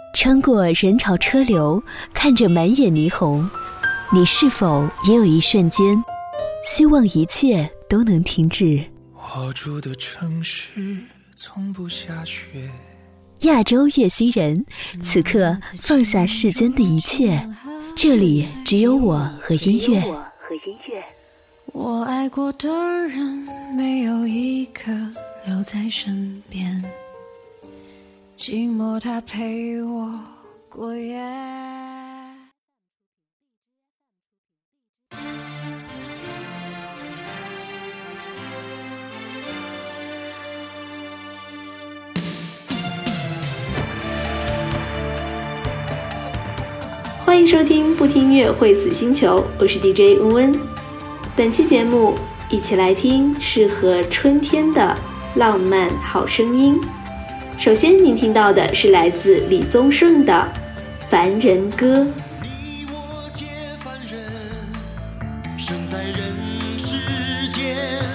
穿过人潮车流，看着满眼霓虹，你是否也有一瞬间希望一切都能停止？ 我住的城市从不下雪。 亚洲月星人，此刻放下世间的一切，这里只有我和音乐。 我爱过的人没有一个留在身边，寂寞它陪我过夜。 欢迎收听不听乐会死星球，我是 DJ 温温。本期节目一起来听适合春天的浪漫好声音。首先您听到的是来自李宗盛的《凡人歌》。 你我皆凡人，生在人世间，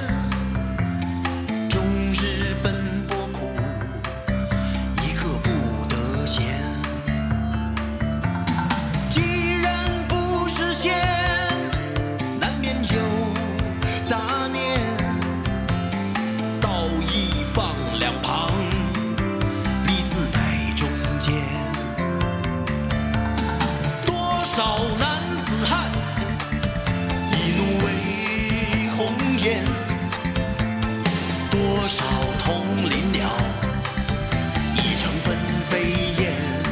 终日奔波苦，一刻不得闲。既然不实现，难免有杂念，道义放两旁，利字摆中间。多少男子汉，一怒为红颜，多少同林鸟，一城分飞燕。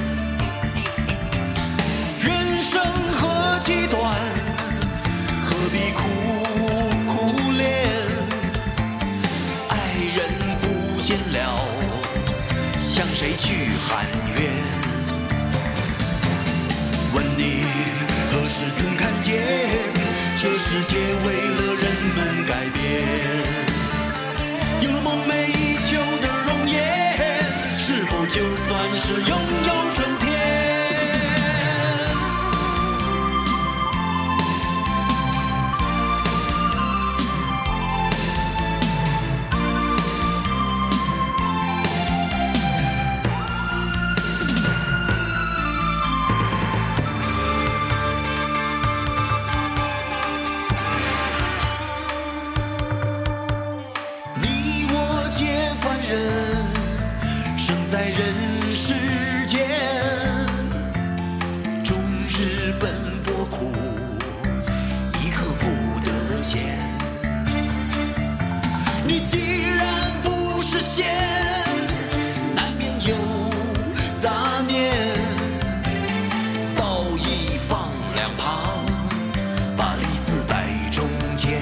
人生何其短，何必苦苦恋，爱人不见了，向谁去喊冤？问你何时曾看见，这世界为了人们改变？有了梦寐以求的容颜，是否就算是拥有春天？你我皆凡人，生在人世间，终日奔波苦，一刻不得闲。你既然不实现，难免有杂念，道义放两旁，把利字摆中间。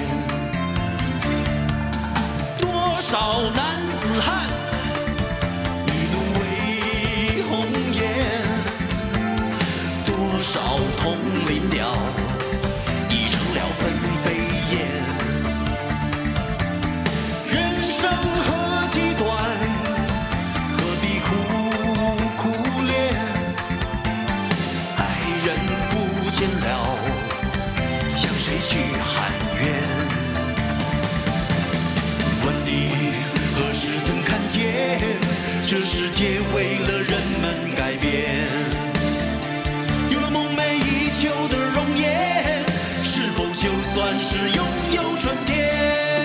多少男子汉，一怒为红颜，多少同林鸟，已成了分飞燕。人生何其短，何必苦苦恋，爱人不见了，向谁去喊冤？问你何时曾看见，这世界为了人们改变？有了梦寐以求的容颜，是否就算是拥有春天？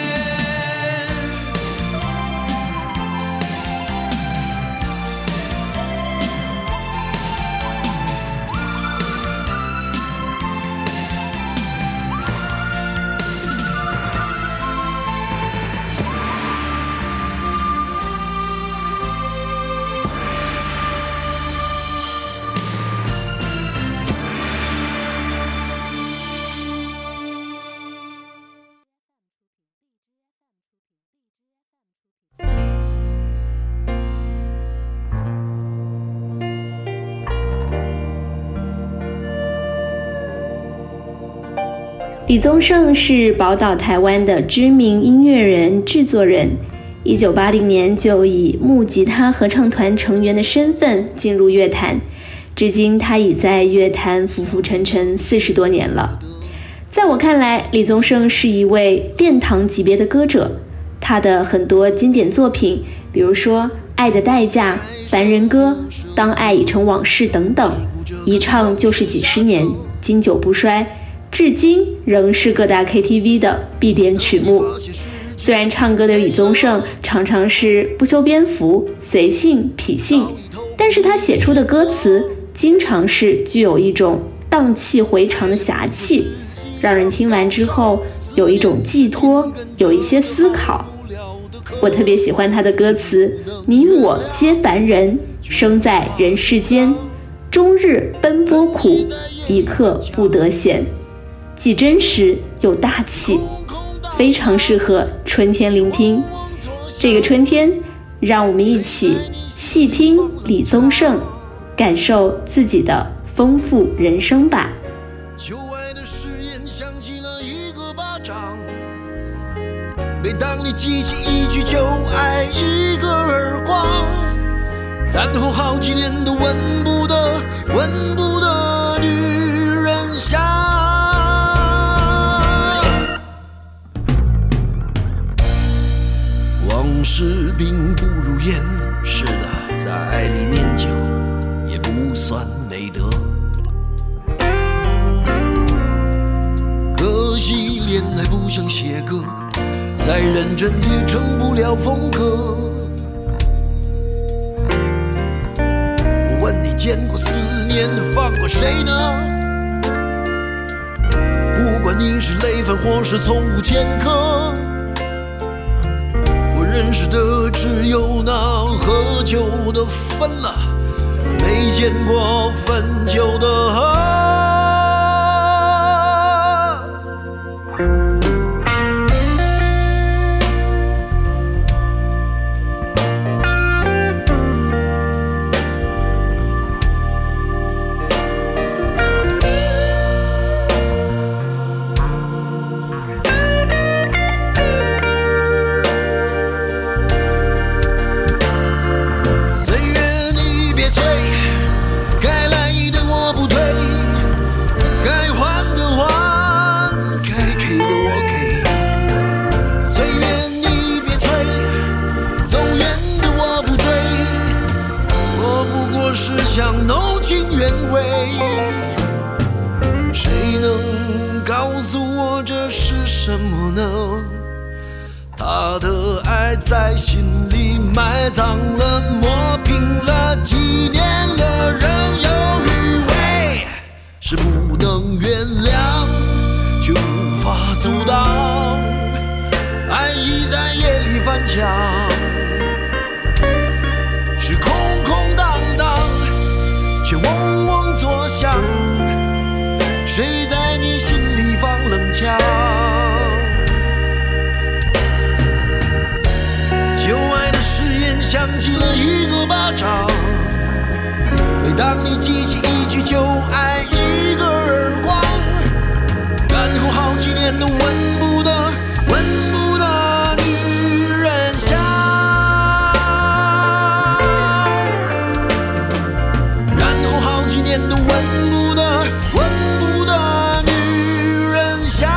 李宗盛是宝岛台湾的知名音乐人、制作人。1980年就以木吉他合唱团成员的身份进入乐坛，至今他已在乐坛浮浮沉沉40多年了。在我看来，李宗盛是一位殿堂级别的歌者，他的很多经典作品，比如说爱的代价、凡人歌、当爱已成往事等等，一唱就是几十年，经久不衰，至今仍是各大 KTV 的必点曲目。虽然唱歌的李宗盛常常是不修边幅、随性痞性，但是他写出的歌词经常是具有一种荡气回肠的侠气，让人听完之后有一种寄托，有一些思考。我特别喜欢他的歌词：你我皆凡人，生在人世间，终日奔波苦，一刻不得闲，既真实又大气，非常适合春天聆听。这个春天，让我们一起细听李宗盛，感受自己的丰富人生吧。 旧爱的誓言响起了一个巴掌，每当你记起一句就爱一个耳光，然后好几年都闻不得女人香。往事并不如烟，是的，在爱里念旧也不算美德。可惜恋爱不像写歌，再认真也成不了风格。我问你，见过思念放过谁呢？不管你是累犯或是从无前科，我认识的只有那喝酒的分了，没见过分酒的喝。想浓情原味，谁能告诉我这是什么呢？他的爱在心里埋葬了，磨平了，几年了，仍有余味，是不能原谅，却无法阻挡，爱意在夜里翻墙，是空空荡荡，却嗡嗡作响，谁在你心里放冷枪？旧爱的誓言响起了一个巴掌，每当你记起一句就爱一个耳光，然后好几年都闻不得女人香，然后好几年都闻不得女人香。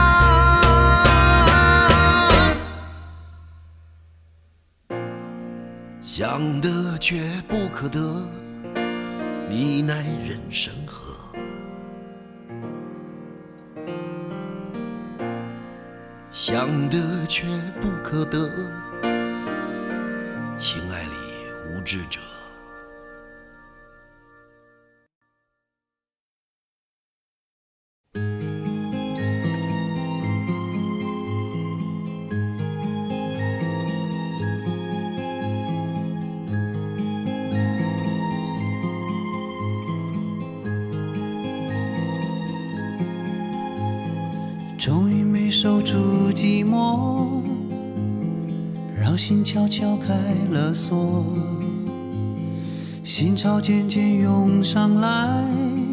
想得却不可得，你奈人生何？想得却不可得，情爱里无知者。 终于没守住寂寞，让心悄悄开了锁，心潮渐渐涌上来，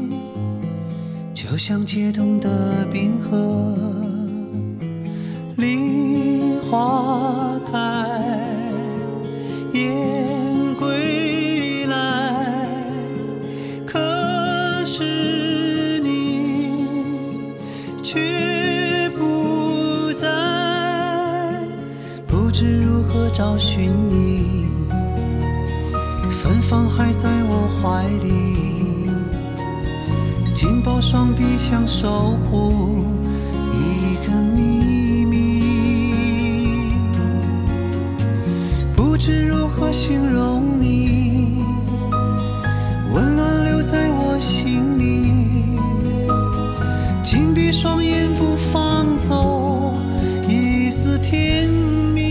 就像解冻的冰河。梨花开，燕归来，可是你却不在，不知如何找寻你， 方还在我怀里，紧抱双臂想守护一个秘密，不知如何形容你，温暖留在我心里，紧闭双眼不放走一丝甜蜜。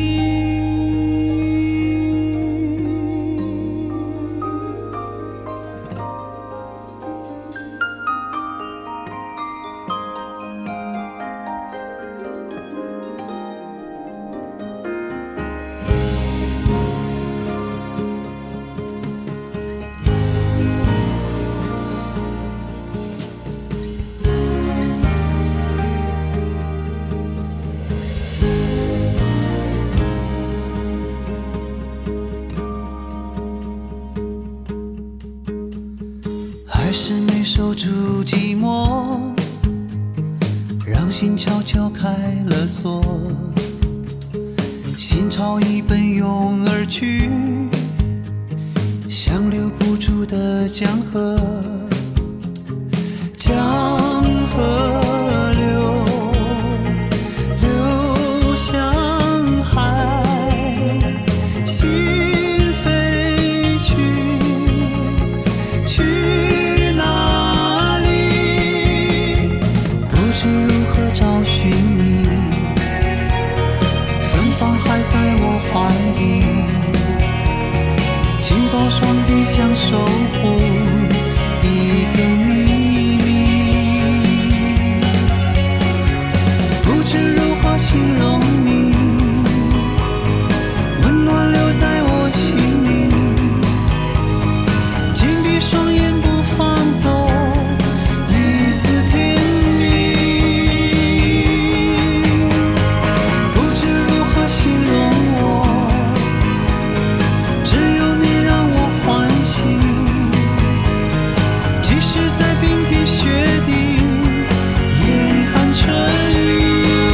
还是没守住寂寞，让心悄悄开了锁，心潮已奔涌而去，像留不住的江河，江河流向海，心飞去哪里？不知如何找寻你，芬芳还在我怀里，紧抱双臂想守护一个秘密，不知如何形容你，温暖留在我心里，紧闭双眼不放走一丝甜蜜，不知如何形容我，只有你让我欢喜，即使在冰天雪地严寒春雨。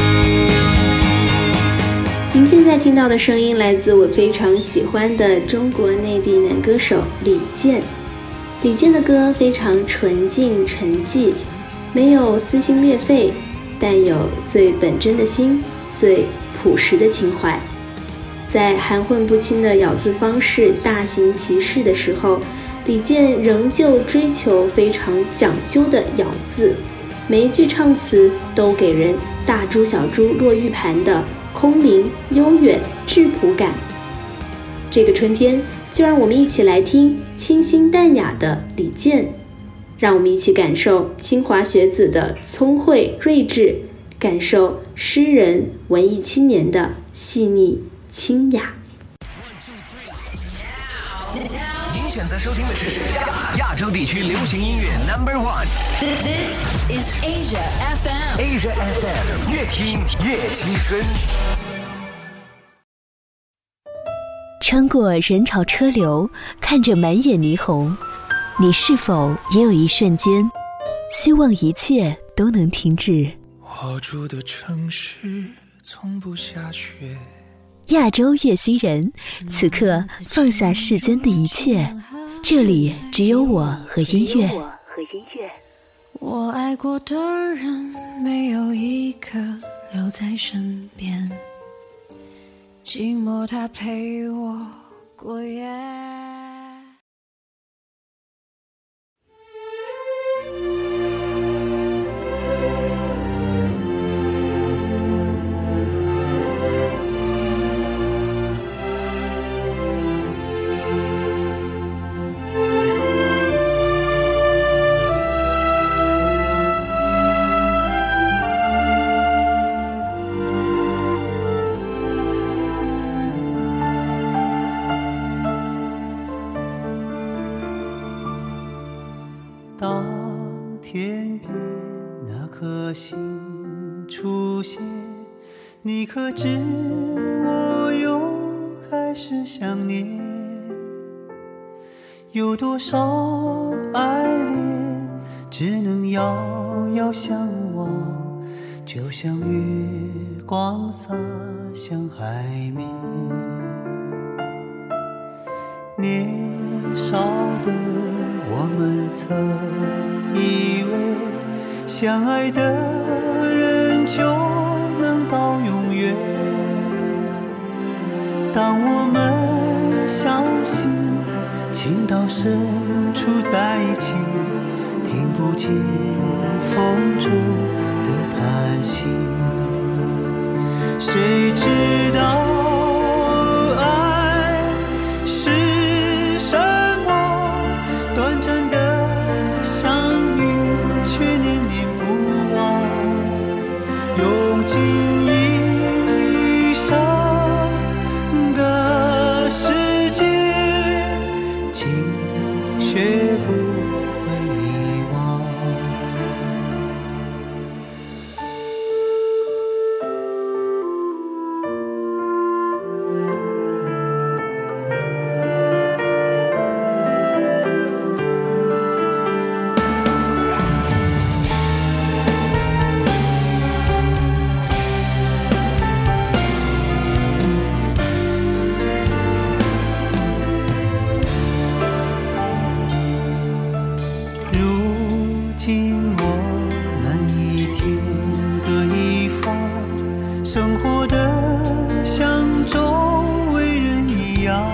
您现在听到的声音来自我非常喜欢的中国内地男歌手李健。李健的歌非常纯净沉寂，没有撕心裂肺，但有最本真的心，最朴实的情怀。在含混不清的咬字方式大行其事的时候，李健仍旧追求非常讲究的咬字，每一句唱词都给人大珠小珠落玉盘的空灵悠远质朴感。这个春天，就让我们一起来听清新淡雅的李健，让我们一起感受清华学子的聪慧睿智，感受诗人文艺青年的细腻清雅。 您选择收听的是亚洲地区流行音乐 No.1。 This is Asia FM。Asia FM， 越听越青春。 穿过人潮车流，看着满眼霓虹，你是否也有一瞬间，希望一切都能停止？ 我住的城市从不下雪。 亚洲乐星人，此刻放下世间的一切，这里只有我和音乐。 我爱过的人没有一个留在身边，寂寞它陪我过夜。 当天边那颗星出现，你可知我又开始想念？有多少爱恋只能遥遥相望，就像月光洒向海面。年少的我们曾以为相爱的人就能到永远，当我们相信情到深处在一起，听不见风中的叹息，谁知道爱是什么？短暂的相遇却念念不忘，用尽一生的时间，竟学不会遗忘。生活的像周围人一样，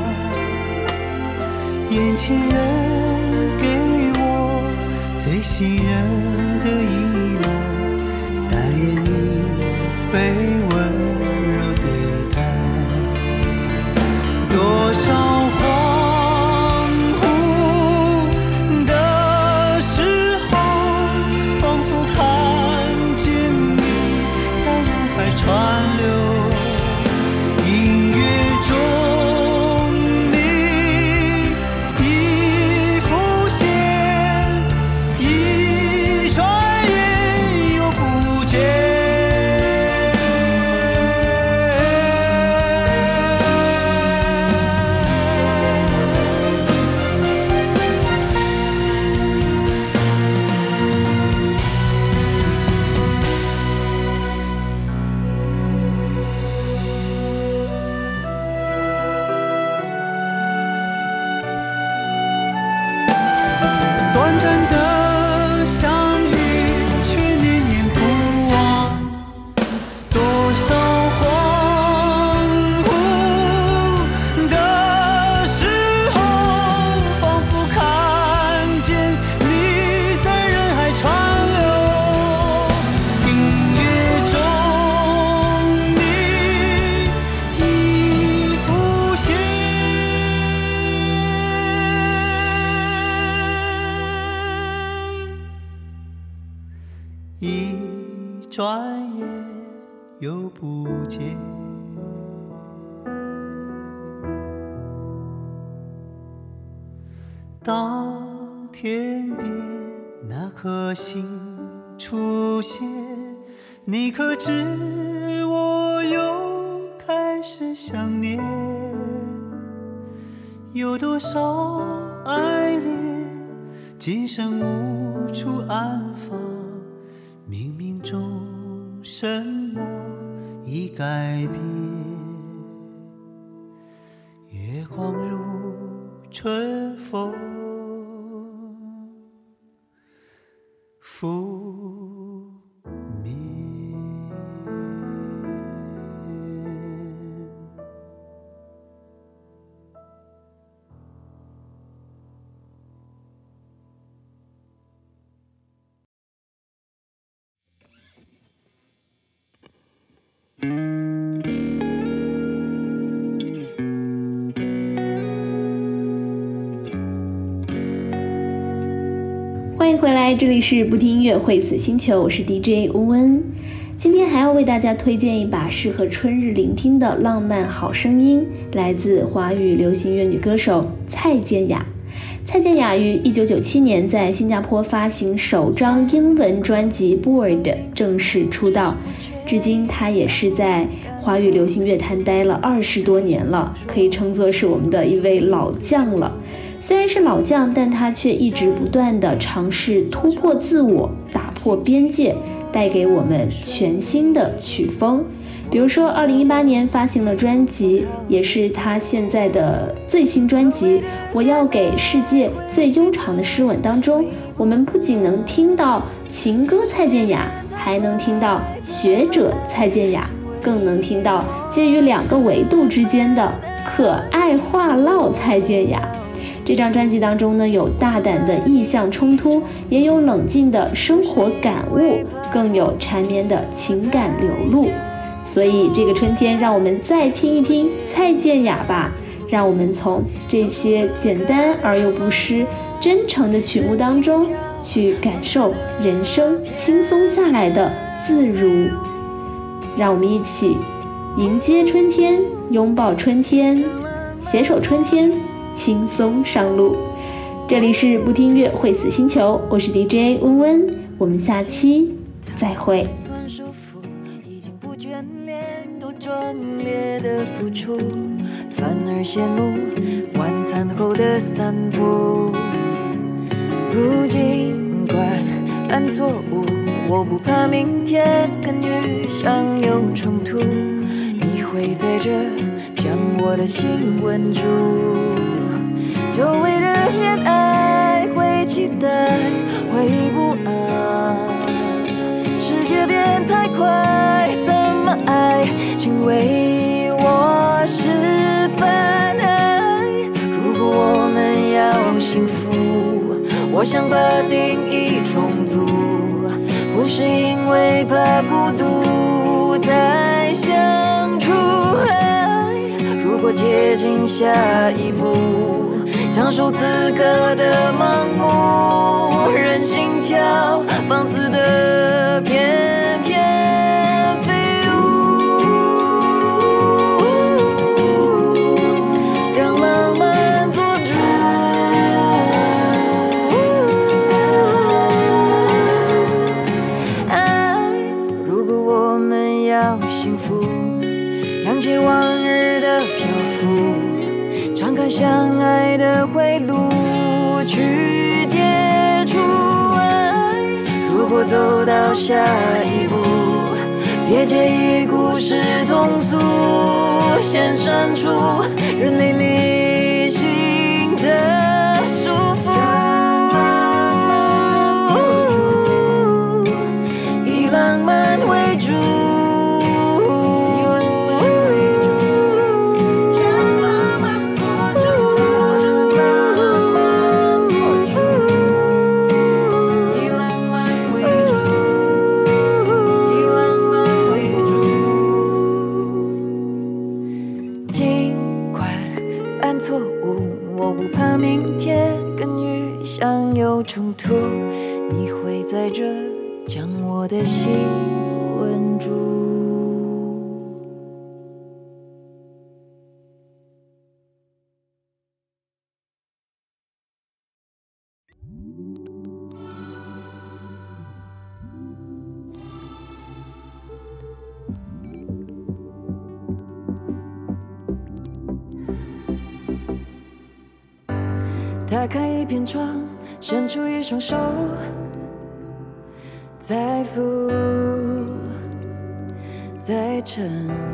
眼前人给我最信任的依赖，但愿你被温柔对待。多少恍惚的时候，仿佛看见你在人海川流，音乐中你已浮现，一转眼又不见。短暂的相遇却念念不忘，多少恍惚的时候，仿佛看见你在人海川流，音乐中你已浮现，一转眼又不见。当天边那颗星出现，你可知我又开始想念？有多少爱恋今生无处安放，冥冥中什么已改变，月光如春风拂面。 欢迎回来，这里是不听音乐会死星球，我是 DJ 乌恩。今天还要为大家推荐一把适合春日聆听的浪漫好声音，来自华语流行乐女歌手蔡健雅。蔡健雅于1997年在新加坡发行首张英文专辑 Bored 正式出道，至今她也是在华语流行乐坛待了20多年了，可以称作是我们的一位老将了。虽然是老将，但他却一直不断地尝试突破自我，打破边界，带给我们全新的曲风。 比如说2018年发行了专辑，也是他现在的最新专辑《我要给世界最悠长的诗吻》当中，我们不仅能听到情歌蔡健雅，还能听到学者蔡健雅，更能听到介于两个维度之间的可爱话唠蔡健雅。这张专辑当中呢，有大胆的意象冲突，也有冷静的生活感悟，更有缠绵的情感流露。所以这个春天，让我们再听一听蔡健雅吧，让我们从这些简单而又不失真诚的曲目当中，去感受人生轻松下来的自如。让我们一起迎接春天，拥抱春天，携手春天，轻松上路。这里是不听音乐会死星球，我是 DJ 温温，我们下期再会。 壮烈的付出，反而羡慕晚餐后的散步。如今惯犯错误，我不怕明天跟与相有冲突，你会在这将我的心稳住。久违的恋爱会期待，会不安，世界变太快，怎么爱请为我示范。如果我们要幸福，我想把定义重组，不是因为怕孤独才相处。如果接近下一步，享受此刻的盲目，任心跳放肆的翩翩飞舞，让浪漫做主。如果我们要幸福，扬起往日的漂浮，敞开相爱的回路，去接触爱。如果走到下一步，别介意故事通俗，先删除人类理性的束缚，以浪漫为主。冲突，你会在这将我的心稳住。打开一片窗，伸出一双手，再扶再沉，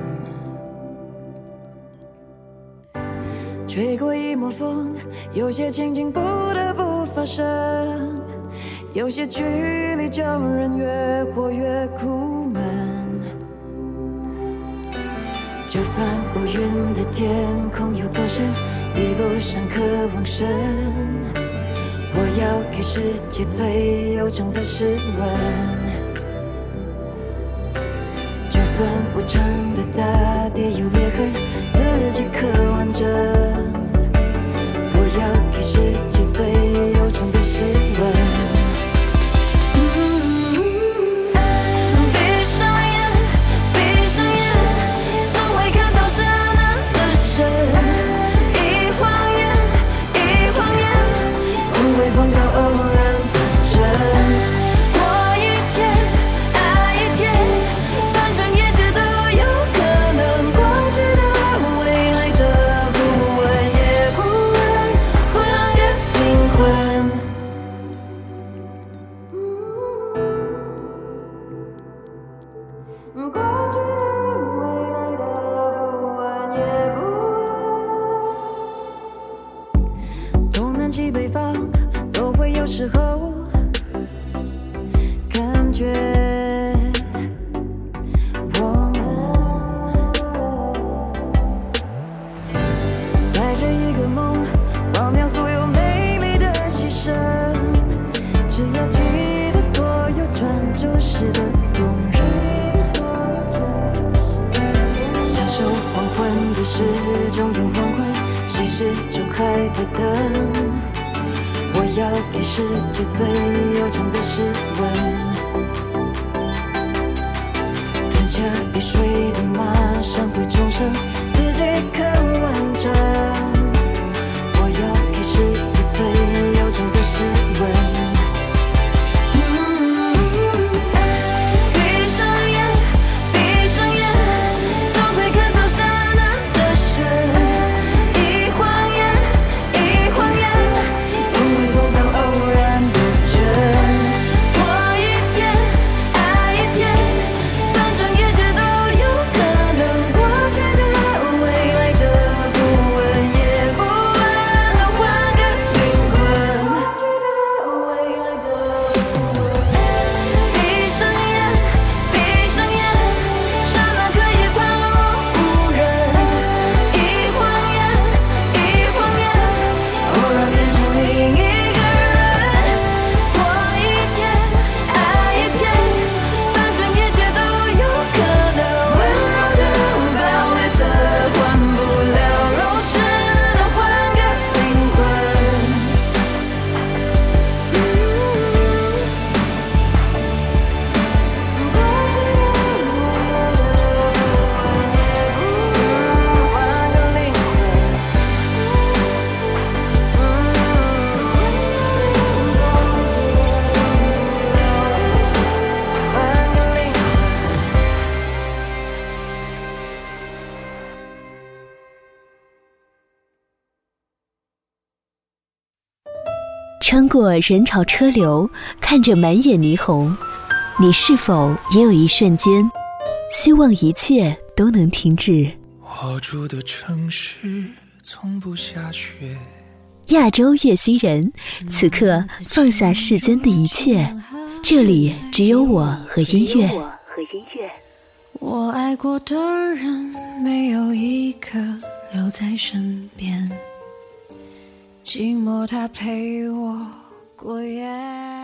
吹过一抹风，有些情景不得不发生，有些距离叫人越活越苦闷。就算乌云的天空有多深，比不上渴望深。我要给世界最悠长的诗吻，就算无常的大地有裂痕，自己刻完整。我要给世界最悠长的诗吻。过去的时候，感觉我们带着一个梦，忘掉所有美丽的牺牲，只要记得所有专注时的动人，享受黄昏的时钟有黄昏，谁始终还在等，我要给世界最悠长的诗文，吞下雨水的马上会重生，自己更完整，我要给世界最悠长的诗文。闭上眼，闭上眼，总会看到刹那的神，一晃眼，一晃眼，总会碰到偶然的真。活一天爱一天，反正一切都有可能，过去的未来的不问也不问，换个灵魂，过去的未来的闭上眼，闭上眼，刹那可以旁若无人，一晃眼，一晃眼，偶然变成另一个人。活一天爱一天，反正一切都有可能，温柔的高烈的换不了肉身，换个灵魂。过去的未来的不问也不换个灵魂，换个灵魂。 穿过人潮车流，看着满眼霓虹，你是否也有一瞬间，希望一切都能停止？ 我住的城市从不下雪， 亚洲月星人，此刻放下世间的一切，这里只有我和音乐。 我爱过的人没有一个留在身边，寂寞它陪我过夜。